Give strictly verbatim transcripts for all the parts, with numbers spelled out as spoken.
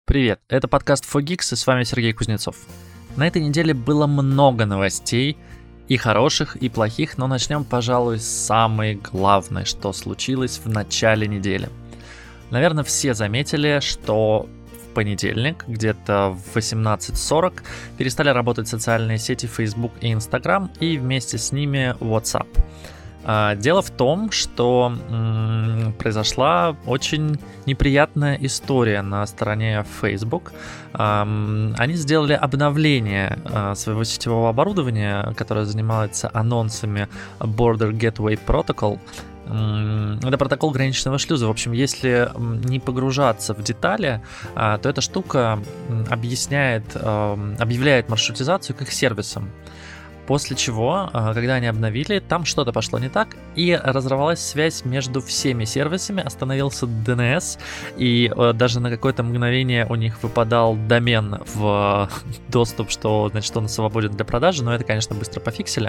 Привет, это подкаст фор гикс, и с вами Сергей Кузнецов. На этой неделе было много новостей, и хороших, и плохих, но начнем, пожалуй, с самой главной, что случилось в начале недели. Наверное, все заметили, что в понедельник, где-то в восемнадцать сорок, перестали работать социальные сети Facebook и Instagram, и вместе с ними WhatsApp. Дело в том, что м, произошла очень неприятная история на стороне Facebook. Эм, они сделали обновление э, своего сетевого оборудования, которое занимается анонсами Border Gateway Protocol. Эм, это протокол граничного шлюза. В общем, если не погружаться в детали, э, то эта штука объясняет, э, объявляет маршрутизацию как сервисом. После чего, когда они обновили, там что-то пошло не так, и разорвалась связь между всеми сервисами, остановился ди эн эс, и даже на какое-то мгновение у них выпадал домен в доступ, что, значит, он свободен для продажи, но это, конечно, быстро пофиксили.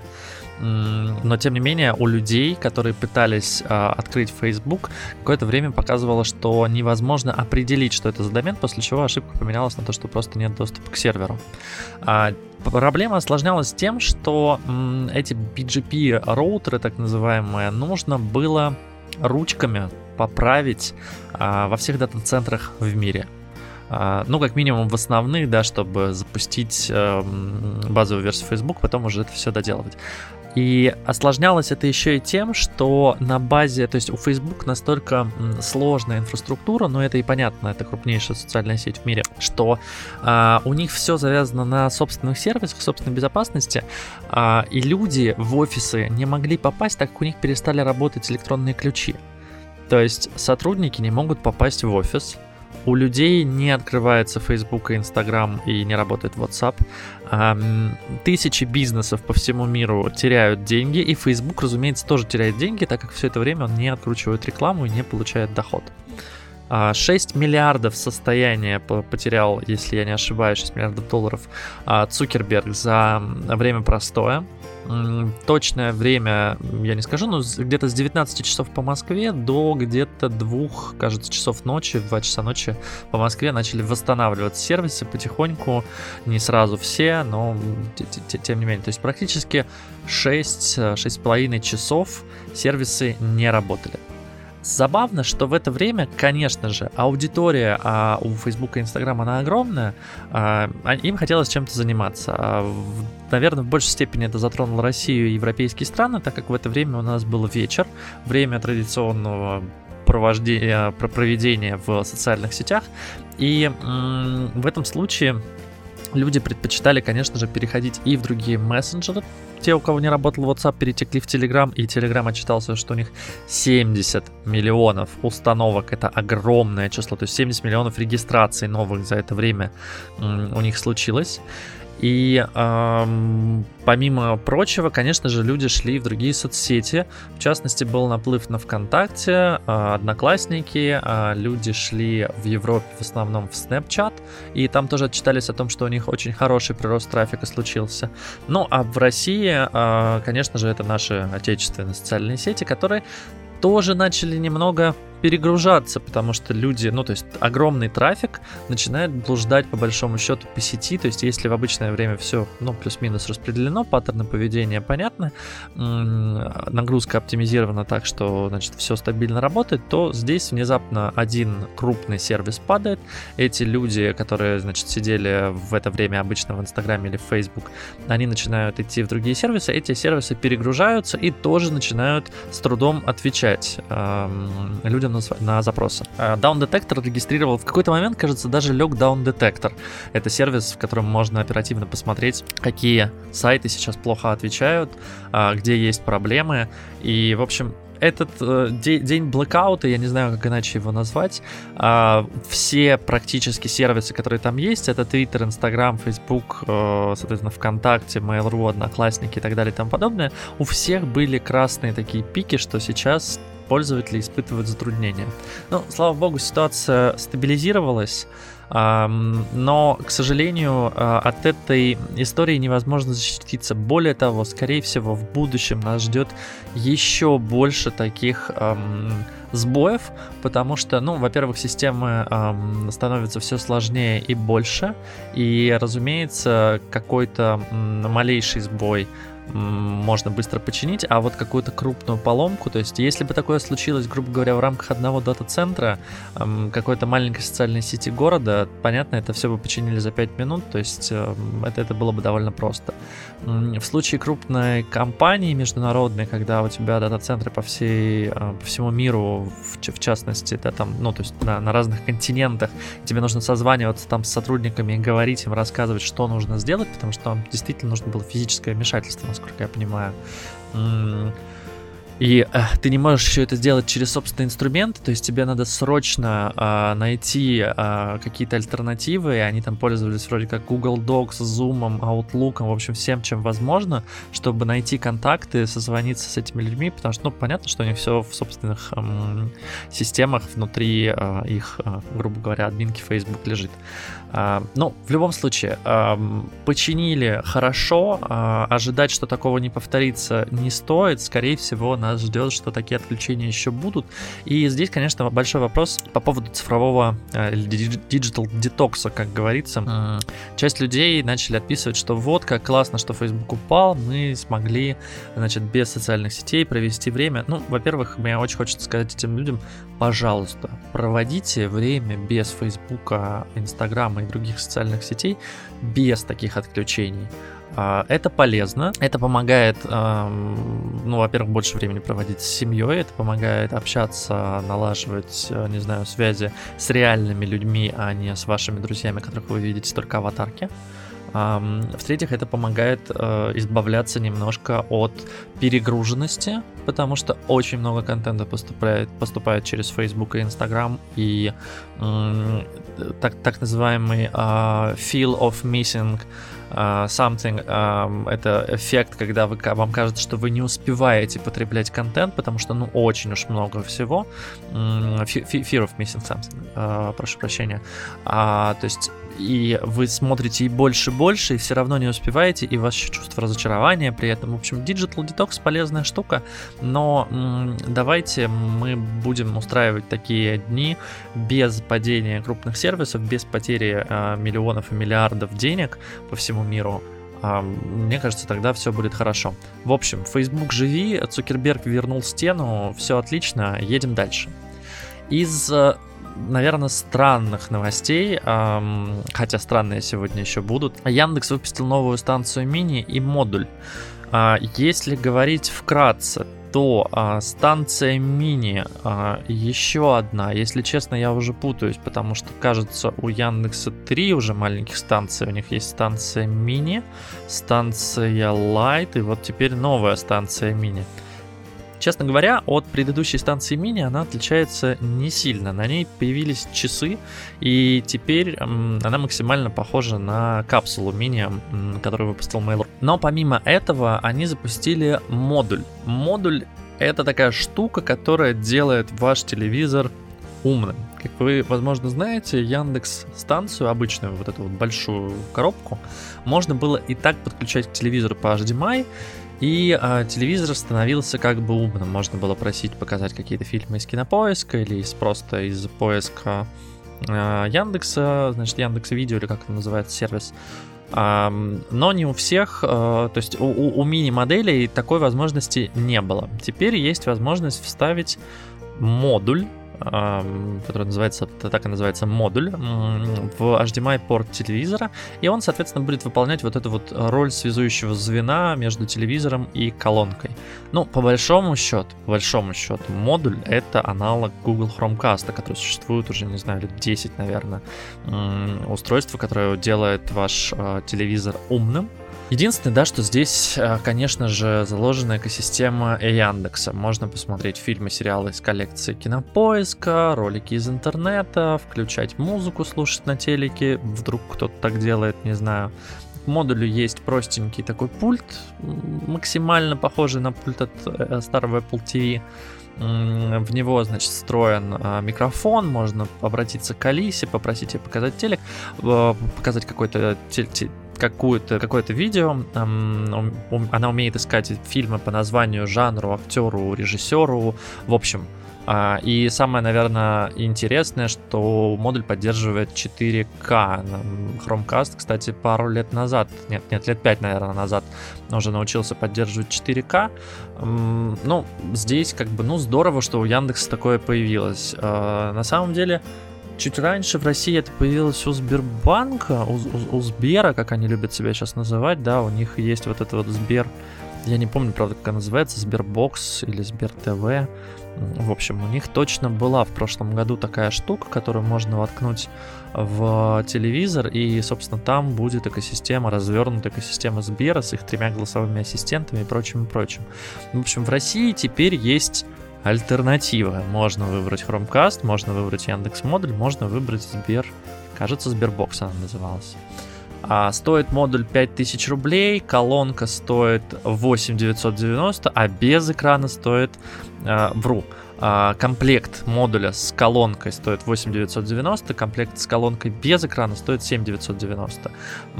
Но, тем не менее, у людей, которые пытались открыть Facebook, какое-то время показывало, что невозможно определить, что это за домен, после чего ошибка поменялась на то, что просто нет доступа к серверу. Проблема осложнялась тем, что м, эти би джи пи-роутеры, так называемые, нужно было ручками поправить а, во всех дата-центрах в мире. А, ну, как минимум в основных, да, чтобы запустить а, базовую версию Facebook, потом уже это все доделывать. И осложнялось это еще и тем, что на базе, то есть у Facebook настолько сложная инфраструктура, но это и понятно, это крупнейшая социальная сеть в мире, что а, у них все завязано на собственных сервисах, собственной безопасности, а, и люди в офисы не могли попасть, так как у них перестали работать электронные ключи. То есть сотрудники не могут попасть в офис, у людей не открывается Facebook и Instagram и не работает WhatsApp. Тысячи бизнесов по всему миру теряют деньги, и Facebook, разумеется, тоже теряет деньги, так как все это время он не откручивает рекламу и не получает доход. шесть миллиардов состояния потерял, если я не ошибаюсь, шесть миллиардов долларов Цукерберг за время простоя. Точное время я не скажу, но где-то с девятнадцати часов по Москве до где-то двух, кажется, часов ночи, в два часа ночи по Москве начали восстанавливаться сервисы потихоньку, не сразу все, но тем не менее. То есть практически шесть-шесть с половиной часов сервисы не работали. Забавно, что в это время, конечно же, аудитория а у Facebook и Instagram, она огромная, а, им хотелось чем-то заниматься. А, в, наверное, в большей степени это затронуло Россию и европейские страны, так как в это время у нас был вечер, время традиционного провождения, проведения в социальных сетях, и м- в этом случае люди предпочитали, конечно же, переходить и в другие мессенджеры. Те, у кого не работал WhatsApp, перетекли в Telegram, и Telegram отчитался, что у них семьдесят миллионов установок. Это огромное число, то есть семьдесят миллионов регистраций новых за это время у них случилось. И эм, помимо прочего, конечно же, люди шли в другие соцсети. В частности, был наплыв на ВКонтакте, э, Одноклассники. Э, люди шли в Европе в основном в Snapchat. И там тоже отчитались о том, что у них очень хороший прирост трафика случился. Ну, а в России, э, конечно же, это наши отечественные социальные сети, которые тоже начали немного перегружаться, потому что люди, ну то есть огромный трафик начинает блуждать по большому счету по сети, то есть если в обычное время все, ну плюс-минус распределено, паттерны поведения понятны, нагрузка оптимизирована так, что значит все стабильно работает, то здесь внезапно один крупный сервис падает, эти люди, которые значит сидели в это время обычно в Инстаграме или в Facebook, они начинают идти в другие сервисы, эти сервисы перегружаются и тоже начинают с трудом отвечать эм, людям на, на запросы. Down Detector регистрировал в какой-то момент, кажется, даже лег Down Detector. Это сервис, в котором можно оперативно посмотреть, какие сайты сейчас плохо отвечают, где есть проблемы. И, в общем, этот э, де- день блэкаута, я не знаю, как иначе его назвать, э, все практически сервисы, которые там есть, это Twitter, Instagram, Facebook, э, соответственно, ВКонтакте, Mail.ru, Одноклассники и так далее и тому подобное, у всех были красные такие пики, что сейчас пользователи испытывают затруднения. Ну, слава богу, ситуация стабилизировалась. Но, к сожалению, от этой истории невозможно защититься. Более того, скорее всего, в будущем нас ждет еще больше таких сбоев, потому что, ну, во-первых, системы эм, становятся все сложнее и больше, и, разумеется, какой-то м, малейший сбой можно быстро починить, а вот какую-то крупную поломку, то есть если бы такое случилось, грубо говоря, в рамках одного дата-центра, эм, какой-то маленькой социальной сети города, понятно, это все бы починили за пять минут, то есть эм, это, это было бы довольно просто. В случае крупной компании международной, когда у тебя дата-центры по всей, по всему миру, в, в частности, да, там, ну, то есть на, на разных континентах, тебе нужно созваниваться там с сотрудниками и говорить им, рассказывать, что нужно сделать, потому что там действительно нужно было физическое вмешательство, насколько я понимаю. И э, ты не можешь еще это сделать через собственные инструменты, то есть тебе надо срочно э, найти э, какие-то альтернативы, и они там пользовались вроде как Google Docs, Zoom, Outlook, в общем, всем, чем возможно, чтобы найти контакты, созвониться с этими людьми, потому что, ну, понятно, что у них все в собственных э, системах внутри э, их, э, грубо говоря, админки Facebook лежит. Uh, ну, в любом случае, uh, починили хорошо, uh, ожидать, что такого не повторится, не стоит. Скорее всего, нас ждет, что такие отключения еще будут. И здесь, конечно, большой вопрос по поводу цифрового uh, digital детокса, как говорится. Uh, часть людей начали отписывать, что вот, как классно, что Facebook упал, мы смогли, значит, без социальных сетей провести время. Ну, во-первых, мне очень хочется сказать этим людям, пожалуйста, проводите время без Фейсбука, Инстаграма и других социальных сетей без таких отключений. Это полезно, это помогает, ну, во-первых, больше времени проводить с семьей, это помогает общаться, налаживать, не знаю, связи с реальными людьми, а не с вашими друзьями, которых вы видите только в аватарке. В-третьих, это помогает э, избавляться немножко от перегруженности, потому что очень много контента поступает, поступает через Facebook и Instagram, и э, так, так называемый э, feel of missing something, uh, это эффект, когда вы, вам кажется, что вы не успеваете потреблять контент, потому что, ну, очень уж много всего. Fear of missing something, uh, прошу прощения. Uh, то есть, и вы смотрите и больше, больше, и все равно не успеваете, и у вас еще чувство разочарования при этом. В общем, Digital Detox полезная штука, но м, давайте мы будем устраивать такие дни без падения крупных сервисов, без потери uh, миллионов и миллиардов денег по всему миру. Мне кажется, тогда все будет хорошо. В общем, Facebook живи, Цукерберг вернул стену, все отлично, едем дальше. Из, наверное, странных новостей, хотя странные сегодня еще будут, Яндекс выпустил новую станцию мини и модуль. Если говорить вкратце, то а, станция мини а, еще одна. Если честно, я уже путаюсь, потому что, кажется, у Яндекса три уже маленьких станций. У них есть станция мини, станция лайт, и вот теперь новая станция мини. Честно говоря, от предыдущей станции мини она отличается не сильно. На ней появились часы, и теперь м, она максимально похожа на капсулу мини, м, которую выпустил Mail.ru. Но помимо этого они запустили модуль. Модуль — это такая штука, которая делает ваш телевизор умным. Как вы, возможно, знаете, Яндекс-станцию, обычную вот эту вот большую коробку, можно было и так подключать к телевизору по эйч ди эм ай, и а, телевизор становился как бы умным. Можно было просить показать какие-то фильмы из Кинопоиска или из, просто из поиска а, Яндекса, значит, Яндекс Видео, или как это называется, сервис. А, но не у всех, а, то есть у, у, у мини-моделей такой возможности не было. Теперь есть возможность вставить модуль, который называется, так и называется, модуль, в эйч ди эм ай-порт телевизора, и он, соответственно, будет выполнять вот эту вот роль связующего звена между телевизором и колонкой. Ну, по большому счету, по большому счету, модуль — это аналог Google Chromecast, который существует уже, не знаю, лет десять, наверное. Устройство, которое делает ваш телевизор умным. Единственное, да, что здесь, конечно же, заложена экосистема Яндекса. Можно посмотреть фильмы, сериалы из коллекции Кинопоиска, ролики из интернета, включать музыку, слушать на телеке, вдруг кто-то так делает, не знаю. К модулю есть простенький такой пульт, максимально похожий на пульт от старого Apple ти ви. В него, значит, встроен микрофон, можно обратиться к Алисе, попросить ее показать телек, показать какой-то телек, какую-то, какое-то видео. Она умеет искать фильмы по названию, жанру, актеру, режиссеру. В общем, и самое, наверное, интересное, что модуль поддерживает четыре ка. Chromecast, кстати, пару лет назад, нет, нет, лет пять, наверное, назад уже научился поддерживать четыре ка. Ну, здесь как бы, ну, здорово, что у Яндекса такое появилось. На самом деле, чуть раньше в России это появилось у Сбербанка, у, у, у Сбера, как они любят себя сейчас называть, да, у них есть вот это вот Сбер, я не помню, правда, как она называется, Сбербокс или Сбер ТВ. В общем, у них точно была в прошлом году такая штука, которую можно воткнуть в телевизор, и, собственно, там будет экосистема, развернутая экосистема Сбера с их тремя голосовыми ассистентами и прочим, и прочим. В общем, в России теперь есть альтернатива. Можно выбрать Chromecast, можно выбрать Яндекс.Модуль, можно выбрать Сбер, кажется, Сбербокс она называлась. А, стоит модуль пять тысяч рублей, колонка стоит восемь тысяч девятьсот девяносто, а без экрана стоит, э, вру, э, комплект модуля с колонкой стоит восемь тысяч девятьсот девяносто, комплект с колонкой без экрана стоит семь тысяч девятьсот девяносто.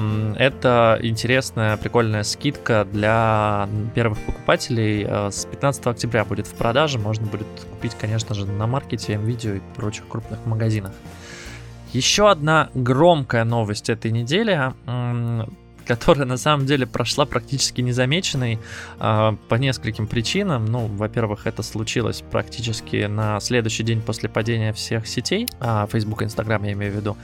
Это интересная, прикольная скидка для первых покупателей. С пятнадцатого октября будет в продаже, можно будет купить, конечно же, на маркете, МВидео и прочих крупных магазинах. Еще одна громкая новость этой недели, которая на самом деле прошла практически незамеченной по нескольким причинам. Ну, во-первых, это случилось практически на следующий день после падения всех сетей, Facebook и Instagram я имею в виду.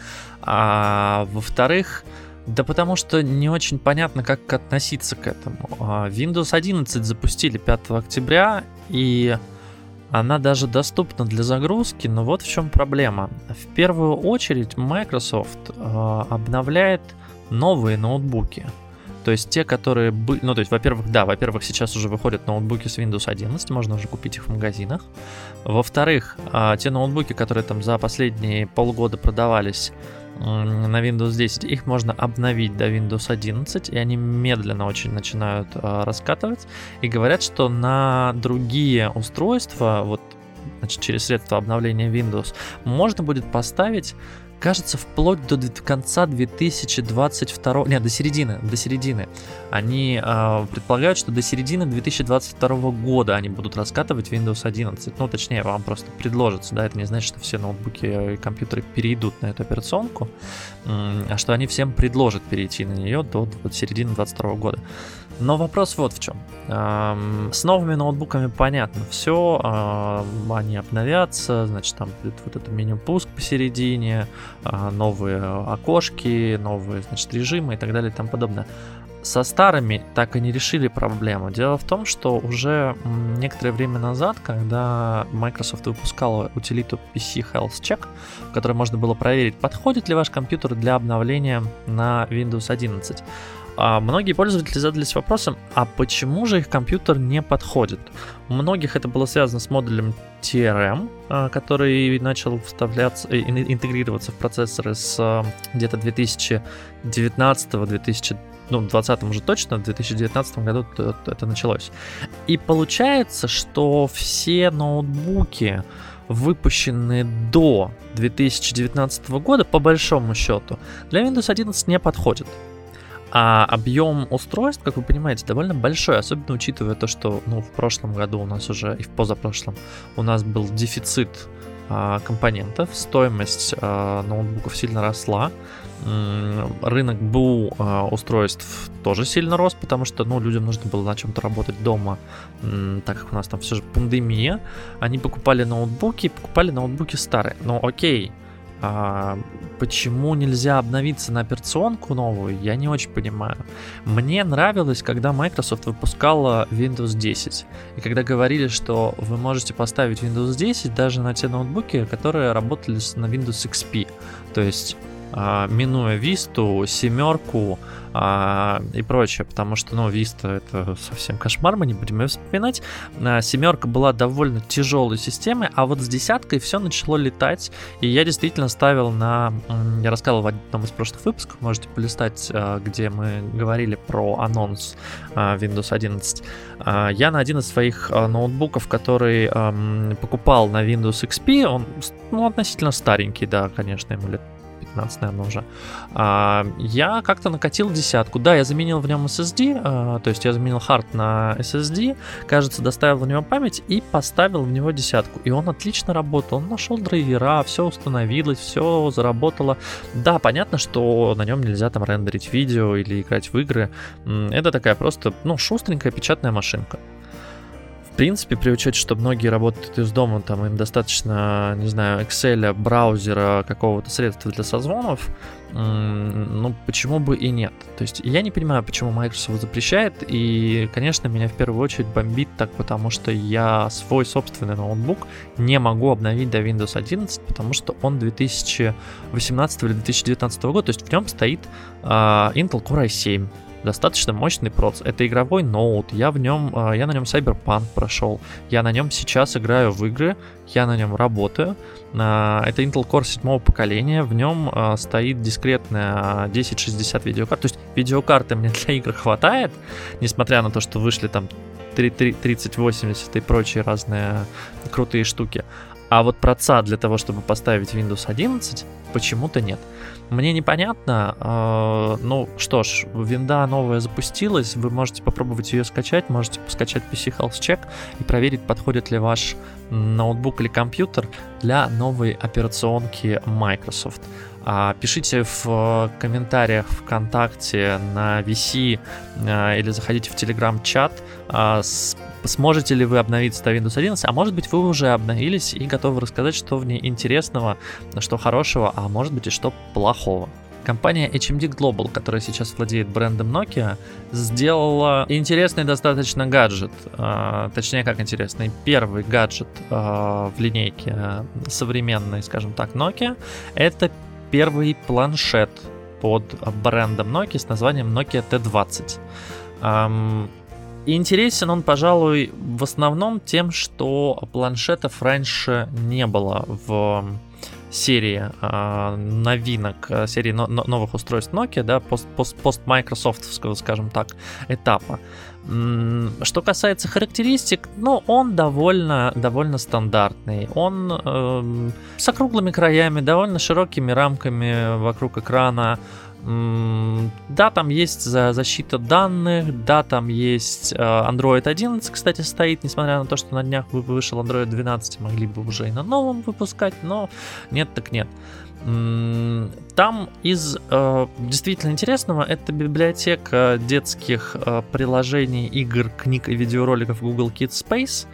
А во-вторых, да потому что не очень понятно, как относиться к этому. Windows одиннадцать запустили пятого октября, и она даже доступна для загрузки, но вот в чем проблема. В первую очередь Microsoft э, обновляет новые ноутбуки. То есть те, которые были... Ну, то есть, во-первых, да, во-первых, сейчас уже выходят ноутбуки с Windows одиннадцать, можно уже купить их в магазинах. Во-вторых, э, те ноутбуки, которые там за последние полгода продавались на Windows десять, их можно обновить до Windows одиннадцать, и они медленно очень начинают э, раскатывать, и говорят, что на другие устройства, вот, значит, через средства обновления Windows, можно будет поставить, кажется, вплоть до конца две тысячи двадцать второго, нет, до середины, до середины. Они э, предполагают, что до середины две тысячи двадцать второго года они будут раскатывать Windows одиннадцать. Ну, точнее, вам просто предложится, да, это не значит, что все ноутбуки и компьютеры перейдут на эту операционку, а что они всем предложат перейти на нее до вот, середины двадцать второго года. Но вопрос вот в чем. С новыми ноутбуками понятно все, они обновятся, значит, там будет вот это меню пуск посередине, новые окошки, новые, значит, режимы и так далее и тому подобное. Со старыми так и не решили проблему. Дело в том, что уже некоторое время назад, когда Microsoft выпускала утилиту пи си Health Check, в которой можно было проверить, подходит ли ваш компьютер для обновления на Windows одиннадцать, а многие пользователи задались вопросом, а почему же их компьютер не подходит? У многих это было связано с модулем ти эр эм, который начал вставляться, интегрироваться в процессоры с где-то две тысячи девятнадцатого, две тысячи ну, в двадцатом уже точно, в две тысячи девятнадцатом году это началось. И получается, что все ноутбуки, выпущенные до две тысячи девятнадцатого года, по большому счету, для Windows одиннадцать не подходят. А объем устройств, как вы понимаете, довольно большой, особенно учитывая то, что ну, в прошлом году у нас уже, и в позапрошлом, у нас был дефицит а, компонентов, стоимость а, ноутбуков сильно росла, рынок БУ а, устройств тоже сильно рос, потому что ну, людям нужно было на чем-то работать дома, так как у нас там все же пандемия, они покупали ноутбуки, покупали ноутбуки старые, ну окей. А почему нельзя обновиться на операционку новую, я не очень понимаю. Мне нравилось, когда Microsoft выпускала Windows десять. И когда говорили, что вы можете поставить Windows десять даже на те ноутбуки, которые работали на Windows икс пи. То есть а, минуя Висту, семерку а, и прочее, потому что, ну, Виста это совсем кошмар, мы не будем ее вспоминать. А, семерка была довольно тяжелой системой, а вот с десяткой все начало летать, и я действительно ставил на... Я рассказывал в одном из прошлых выпусков, можете полистать, где мы говорили про анонс Windows одиннадцать. Я на один из своих ноутбуков, который покупал на Windows икс пи, он, ну, относительно старенький, да, конечно, ему лет пятнадцать, наверное, уже. А, я как-то накатил десятку. Да, я заменил в нем эс эс ди, а, то есть я заменил хард на эс эс ди, кажется, доставил в него память и поставил в него десятку. И он отлично работал. Он нашел драйвера, все установилось, все заработало. Да, понятно, что на нем нельзя там рендерить видео или играть в игры. Это такая просто, ну, шустренькая печатная машинка. В принципе, при учете, что многие работают из дома, там им достаточно, не знаю, Excel, браузера, какого-то средства для созвонов, ну, почему бы и нет? То есть я не понимаю, почему Microsoft запрещает, и, конечно, меня в первую очередь бомбит так, потому что я свой собственный ноутбук не могу обновить до Windows одиннадцать, потому что он две тысячи восемнадцатого или две тысячи девятнадцатого года, то есть в нем стоит uh, Intel Core ай семь. Достаточно мощный проц. Это игровой ноут. Я в нем, я на нем Cyberpunk прошел. Я на нем сейчас играю в игры. Я на нем работаю. Это Intel Core седьмого поколения. В нем стоит дискретная десять шестьдесят видеокарта. То есть видеокарты мне для игр хватает, несмотря на то, что вышли там тридцать восемьдесят и прочие разные крутые штуки. А вот проца для того, чтобы поставить Windows одиннадцать, почему-то нет. Мне непонятно, э, ну что ж, винда новая запустилась, вы можете попробовать ее скачать, можете скачать пи си Health Check и проверить, подходит ли ваш ноутбук или компьютер для новой операционки Microsoft. А, пишите в комментариях ВКонтакте, на ви си а, или заходите в Telegram-чат, а, с, сможете ли вы обновиться до Windows одиннадцать, а может быть вы уже обновились и готовы рассказать, что в ней интересного, что хорошего, а может быть и что плохого. Компания эйч эм ди Global, которая сейчас владеет брендом Nokia, сделала интересный достаточно гаджет. Э, точнее, как интересный, первый гаджет э, в линейке современной, скажем так, Nokia. Это первый планшет под брендом Nokia с названием Nokia ти двадцать. Эм, интересен он, пожалуй, в основном тем, что планшетов раньше не было в серии э, новинок, серии но, но, новых устройств Nokia, да, пост, пост, пост-майкрософтовского, скажем так, этапа. Что касается характеристик, ну, он довольно, довольно стандартный. Он э, с округлыми краями, довольно широкими рамками вокруг экрана. Да, там есть защита данных, да, там есть Android одиннадцать, кстати, стоит, несмотря на то, что на днях вышел Android двенадцать, могли бы уже и на новом выпускать, но нет так нет. Там из э, действительно интересного это библиотека детских э, приложений, игр, книг и видеороликов Google Kids Space.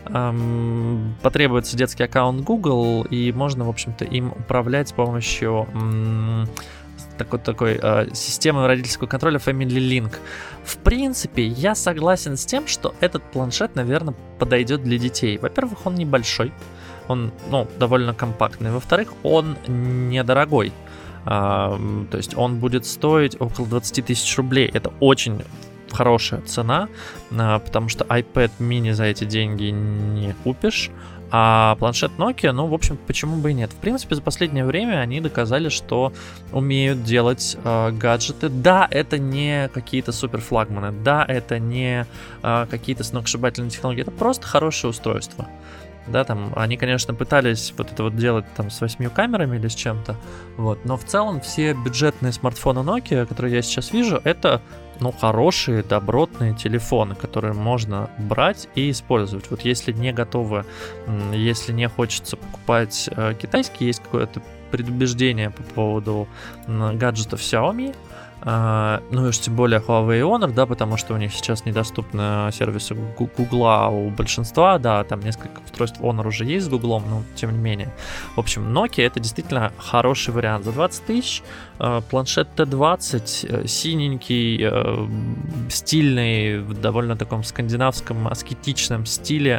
Эм, потребуется детский аккаунт Google, и можно, в общем-то, им управлять с помощью м- такой, такой э, системы родительского контроля Family Link. В принципе, я согласен с тем, что этот планшет, наверное, подойдет для детей. Во-первых, он небольшой. Он, ну, довольно компактный. Во-вторых, он недорогой. А, то есть он будет стоить около двадцать тысяч рублей. Это очень хорошая цена, а, потому что iPad mini за эти деньги не купишь. А планшет Nokia, ну, в общем, почему бы и нет. В принципе, за последнее время они доказали, что умеют делать э, гаджеты. Да, это не какие-то супер флагманы, да, это не э, какие-то сногсшибательные технологии, это просто хорошее устройство. Да, там, они, конечно, пытались вот это вот делать там с восьмью камерами или с чем-то, вот, но в целом все бюджетные смартфоны Nokia, которые я сейчас вижу, это, ну, хорошие, добротные телефоны, которые можно брать и использовать. Вот если не готовы, если не хочется покупать э, китайские, есть какое-то предубеждение по поводу э, гаджетов Xiaomi, Uh, ну и уж тем более Huawei и Honor, да, потому что у них сейчас недоступны сервисы Гугла у большинства, да, там несколько устройств Honor уже есть с Гуглом, но тем не менее. В общем, Nokia это действительно хороший вариант. За двадцать тысяч uh, планшет Т двадцать, uh, синенький, uh, стильный, в довольно таком скандинавском аскетичном стиле.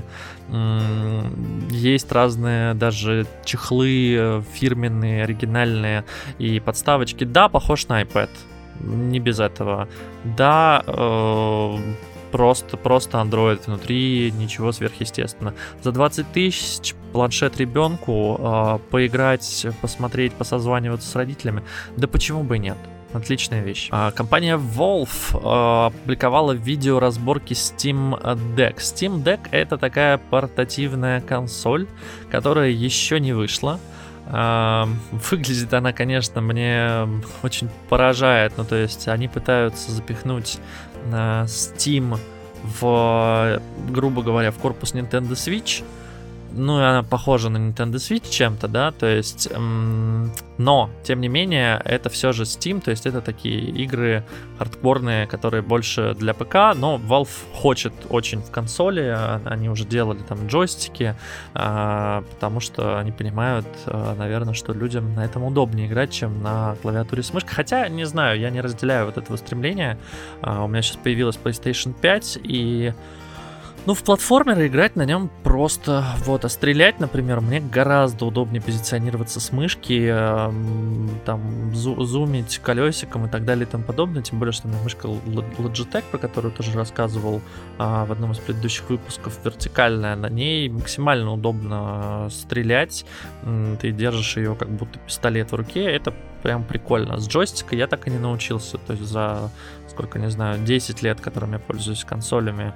Mm, есть разные даже чехлы фирменные, оригинальные и подставочки. Да, похож на iPad. Не без этого. Да, э, просто, просто Android внутри, ничего сверхъестественного. За двадцать тысяч планшет ребенку, э, поиграть, посмотреть, посозваниваться с родителями. Да почему бы и нет? Отличная вещь. А, компания Valve а, опубликовала видео разборки Steam Deck. Steam Deck — это такая портативная консоль, которая еще не вышла. Uh, выглядит она, конечно, мне очень поражает. Ну, то есть они пытаются запихнуть uh, Steam в, грубо говоря, в корпус Nintendo Switch. Ну, и она похожа на Nintendo Switch чем-то, да, то есть, эм, но, тем не менее, это все же Steam, то есть это такие игры хардкорные, которые больше для ПК, но Valve хочет очень в консоли, они уже делали там джойстики, э, потому что они понимают, э, наверное, что людям на этом удобнее играть, чем на клавиатуре с мышкой, хотя, не знаю, я не разделяю вот этого стремления, э, у меня сейчас появилась PlayStation пять, и... Ну, в платформеры играть на нем просто, вот, а стрелять, например, мне гораздо удобнее позиционироваться с мышки, э, там, зу- зумить колесиком и так далее и тому подобное, тем более, что у меня мышка Logitech, про которую тоже рассказывал э, в одном из предыдущих выпусков, вертикальная, на ней максимально удобно стрелять, ты держишь ее как будто пистолет в руке, это прям прикольно. С джойстика я так и не научился, то есть за, сколько, не знаю, десять лет, которым я пользуюсь консолями,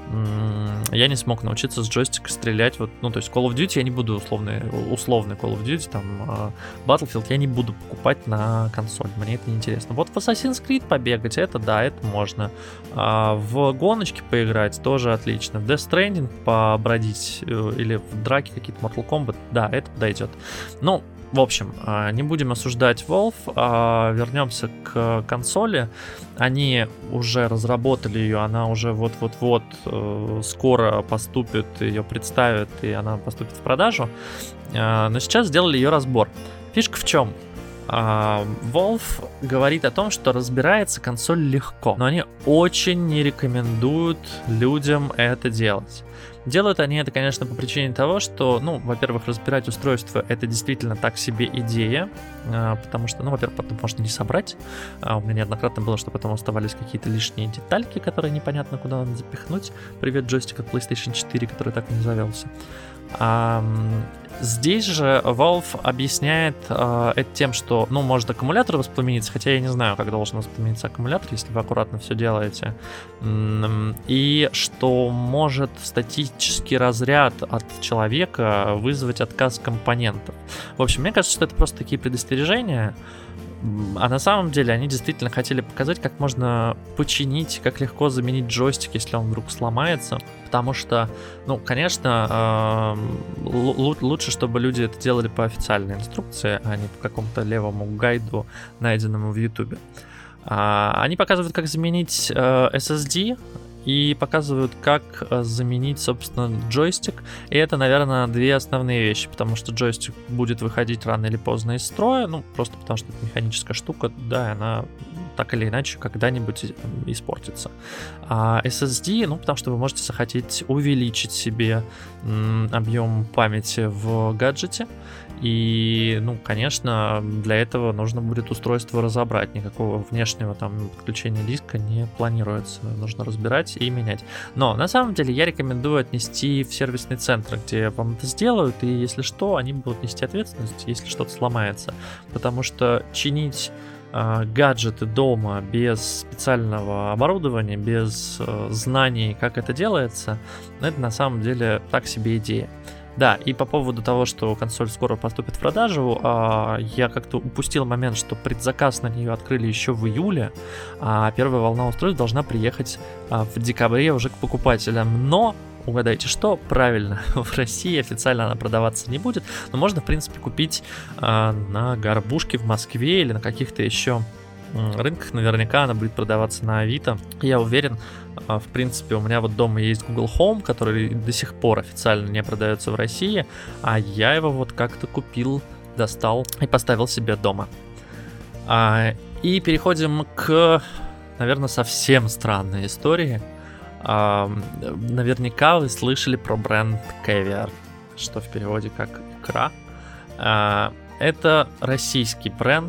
я не смог научиться с джойстика стрелять. Вот, ну, то есть Call of Duty я не буду условный, условный Call of Duty, там, Battlefield я не буду покупать на консоль, мне это не интересно. Вот в Assassin's Creed побегать, это да, это можно. А в гоночки поиграть тоже отлично. В Death Stranding побродить или в драке какие-то Mortal Kombat, да, это подойдет. Ну, в общем, не будем осуждать Valve, а вернемся к консоли. Они уже разработали ее, она уже вот-вот-вот э, скоро поступит, ее представят, и она поступит в продажу. Э, но сейчас сделали ее разбор. Фишка в чем? Uh, Valve говорит о том, что разбирается консоль легко, но они очень не рекомендуют людям это делать. Делают они это, конечно, по причине того, что, ну, во-первых, разбирать устройство — это действительно так себе идея, uh, потому что, ну, во-первых, потом можно не собрать. Uh, у меня неоднократно было, что потом оставались какие-то лишние детальки, которые непонятно куда надо запихнуть. Привет, джойстик от PlayStation четыре, который так и не завелся. Um, Здесь же Valve объясняет э, это тем, что, ну, может аккумулятор воспламениться, хотя я не знаю, как должен воспламениться аккумулятор, если вы аккуратно все делаете, и что может статический разряд от человека вызвать отказ компонентов. В общем, мне кажется, что это просто такие предостережения. А на самом деле они действительно хотели показать, как можно починить, как легко заменить джойстик, если он вдруг сломается. Потому что, ну, конечно, э, л- лучше, чтобы люди это делали по официальной инструкции, а не по какому-то левому гайду, найденному в Ютубе. А, они показывают, как заменить э, эс эс ди, и показывают, как заменить, собственно, джойстик. И это, наверное, две основные вещи, потому что джойстик будет выходить рано или поздно из строя, ну, просто потому что это механическая штука, да, и она так или иначе когда-нибудь испортится. А эс эс ди, ну, потому что вы можете захотеть увеличить себе м, объем памяти в гаджете, и, ну, конечно, для этого нужно будет устройство разобрать. Никакого внешнего там подключения диска не планируется. Нужно разбирать и менять. Но на самом деле я рекомендую отнести в сервисный центр, где вам это сделают, и если что, они будут нести ответственность, если что-то сломается. Потому что чинить э, гаджеты дома без специального оборудования, без э, знаний, как это делается, это на самом деле так себе идея. Да, и по поводу того, что консоль скоро поступит в продажу, я как-то упустил момент, что предзаказ на нее открыли еще в июле, а первая волна устройств должна приехать в декабре уже к покупателям. Но, угадайте что, правильно, в России официально она продаваться не будет, но можно, в принципе, купить на Горбушке в Москве или на каких-то еще рынках. Наверняка она будет продаваться на Авито. Я уверен, в принципе, у меня вот дома есть Google Home, который до сих пор официально не продается в России, а я его вот как-то купил, достал и поставил себе дома. И переходим к, наверное, совсем странной истории. Наверняка вы слышали про бренд Caviar, что в переводе как икра. Это российский бренд.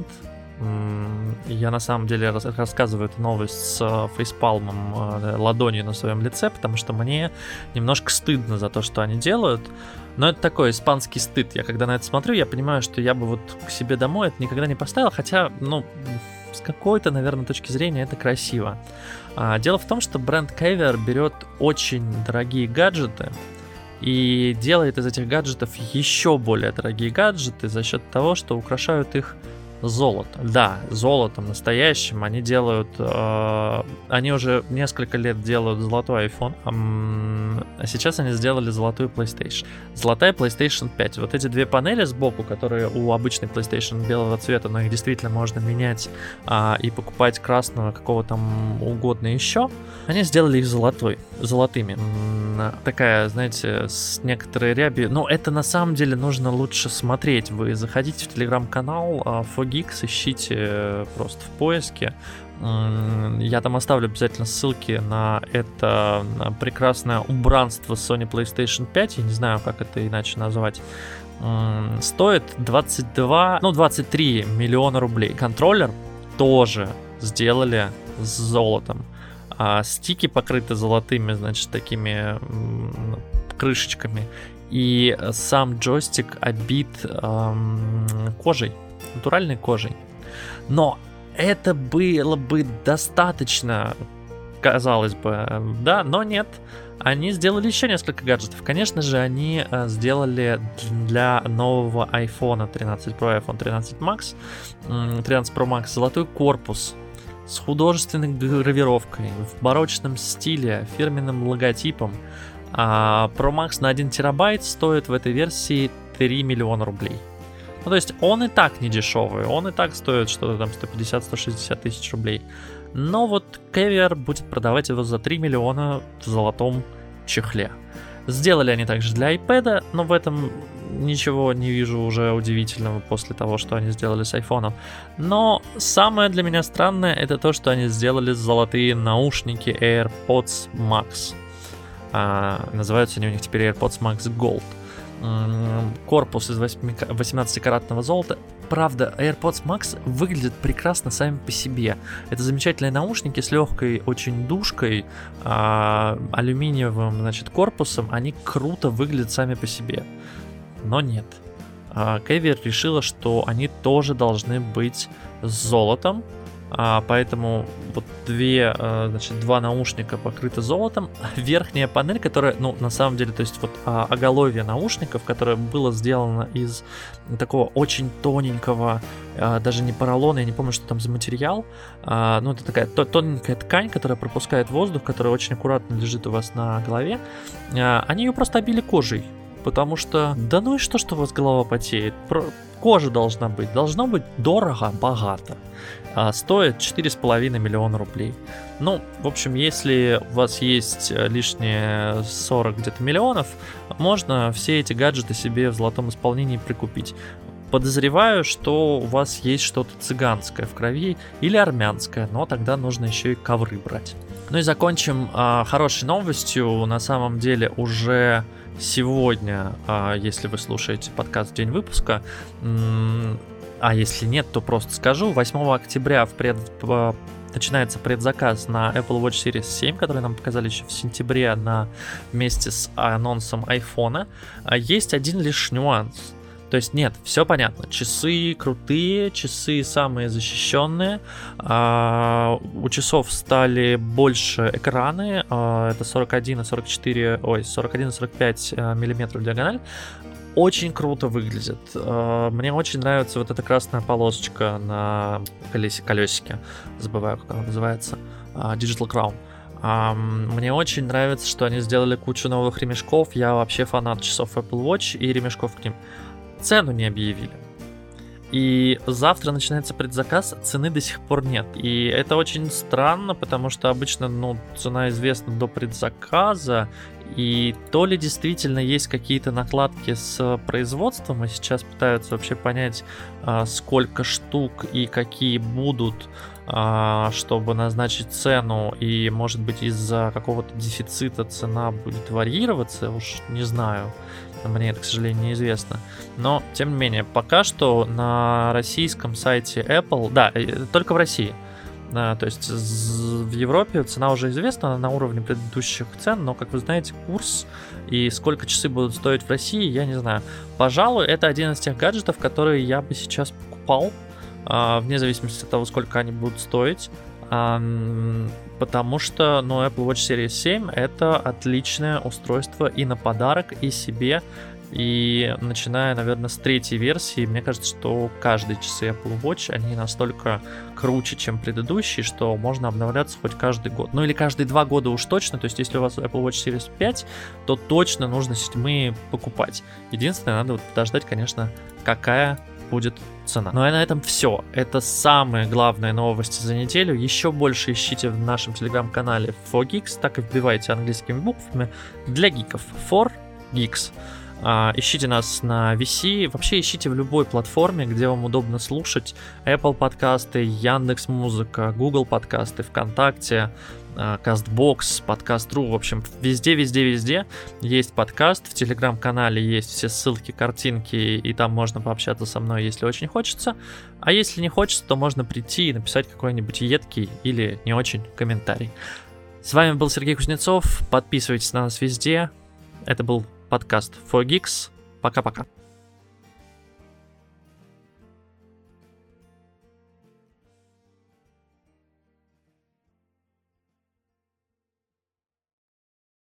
Я на самом деле рассказываю эту новость с фейспалмом, ладонью на своем лице, потому что мне немножко стыдно за то, что они делают. Но это такой испанский стыд. Я когда на это смотрю, я понимаю, что я бы вот к себе домой это никогда не поставил, хотя, ну, с какой-то, наверное, точки зрения это красиво. Дело в том, что бренд Caviar берет очень дорогие гаджеты и делает из этих гаджетов еще более дорогие гаджеты за счет того, что украшают их золото. Да, золотом настоящим. Они делают... Э, они уже несколько лет делают золотой iPhone, а сейчас они сделали золотую PlayStation. Золотая PlayStation пять. Вот эти две панели сбоку, которые у обычной PlayStation белого цвета, но их действительно можно менять э, и покупать красного, какого там угодно еще, они сделали их золотой, золотыми. Такая, знаете, с некоторой рябью. Но это на самом деле нужно лучше смотреть. Вы заходите в телеграм-канал э, Fogix, ищите просто в поиске. Я там оставлю обязательно ссылки на это прекрасное убранство Sony PlayStation пять. Я не знаю, как это иначе назвать. Стоит двадцать два, ну двадцать три миллиона рублей. Контроллер тоже сделали с золотом. А стики покрыты золотыми, значит, такими крышечками. И сам джойстик обит эм, кожей, натуральной кожей. Но это было бы достаточно, казалось бы, да, но нет. Они сделали еще несколько гаджетов. Конечно же, они э, сделали для нового iPhone тринадцать Pro, iPhone тринадцать Max, э, тринадцать Pro Max золотой корпус с художественной гравировкой, в барочном стиле, фирменным логотипом. А Pro Max на один терабайт стоит в этой версии три миллиона рублей. Ну, то есть он и так не дешевый, он и так стоит что-то там сто пятьдесят - сто шестьдесят тысяч рублей. Но вот Caviar будет продавать его за три миллиона в золотом чехле. Сделали они также для iPad, но в этом ничего не вижу уже удивительного после того, что они сделали с iPhone. Но самое для меня странное это то, что они сделали золотые наушники AirPods Max. А, называются они у них теперь AirPods Max Gold. Корпус из восемнадцатикаратного золота. Правда, AirPods Max выглядят прекрасно сами по себе. Это замечательные наушники с легкой очень дужкой, а, алюминиевым, значит, корпусом. Они круто выглядят сами по себе. Но нет. А, Caviar решила, что они тоже должны быть с золотом. А, поэтому вот две, а, значит, два наушника покрыты золотом. Верхняя панель, которая, ну, на самом деле, то есть вот а, оголовье наушников, которое было сделано из такого очень тоненького, а, даже не поролона, я не помню, что там за материал. А, ну, это такая то, тоненькая ткань, которая пропускает воздух, которая очень аккуратно лежит у вас на голове. А, они ее просто обили кожей. Потому что, да ну и что, что у вас голова потеет? Про... Кожа должна быть. Должно быть дорого, богато. А стоит четыре с половиной миллиона рублей. Ну, в общем, если у вас есть лишние сорок где-то миллионов, можно все эти гаджеты себе в золотом исполнении прикупить. Подозреваю, что у вас есть что-то цыганское в крови или армянское, но тогда нужно еще и ковры брать. Ну и закончим а, хорошей новостью. На самом деле уже сегодня, а, если вы слушаете подкаст в день выпуска, м- а если нет, то просто скажу, восьмого октября в пред... начинается предзаказ на Apple Watch Series семь, который нам показали еще в сентябре на... вместе с анонсом iPhone. Есть один лишь нюанс. То есть нет, все понятно. Часы крутые, часы самые защищенные. А, у часов стали больше экраны. А, это сорок один и сорок четыре, ой, сорок один и сорок пять миллиметров диагональ. Очень круто выглядит. А, мне очень нравится вот эта красная полосочка на колесе, колесике. Забываю, как она называется. А, Digital Crown. Um, мне очень нравится, что они сделали кучу новых ремешков. Я вообще фанат часов Apple Watch и ремешков к ним. Цену не объявили. И завтра начинается предзаказ, цены до сих пор нет. И это очень странно, потому что обычно, ну, цена известна до предзаказа. И то ли действительно есть какие-то накладки с производством, и сейчас пытаются вообще понять, сколько штук и какие будут, чтобы назначить цену, и может быть из-за какого-то дефицита цена будет варьироваться, уж не знаю. Мне это, к сожалению, неизвестно. Но, тем не менее, пока что на российском сайте Apple, да, только в России, да, то есть в Европе цена уже известна, она на уровне предыдущих цен, но, как вы знаете, курс и сколько часы будут стоить в России, я не знаю. Пожалуй, это один из тех гаджетов, которые я бы сейчас покупал, вне зависимости от того, сколько они будут стоить. Потому что, ну, Apple Watch Series семь это отличное устройство и на подарок, и себе. И начиная, наверное, с третьей версии, мне кажется, что каждые часы Apple Watch, они настолько круче, чем предыдущие, что можно обновляться хоть каждый год. Ну или каждые два года уж точно. То есть если у вас Apple Watch Series пять, то точно нужно седьмые покупать. Единственное, надо вот подождать, конечно, какая будет цена. Ну и на этом все. Это самые главные новости за неделю. Еще больше ищите в нашем телеграм-канале фор гикс, так и вбивайте английскими буквами для гиков. фор гикс. Uh, ищите нас на ви си, вообще ищите в любой платформе, где вам удобно слушать. Apple подкасты, Яндекс.Музыка, Google подкасты, ВКонтакте, uh, Castbox, Подкаст точка ру. В общем, везде, везде, везде есть подкаст. В Телеграм-канале есть все ссылки, картинки, и там можно пообщаться со мной, если очень хочется. А если не хочется, то можно прийти и написать какой-нибудь едкий или не очень комментарий. С вами был Сергей Кузнецов. Подписывайтесь на нас везде. Это был подкаст фор гикс. Пока-пока.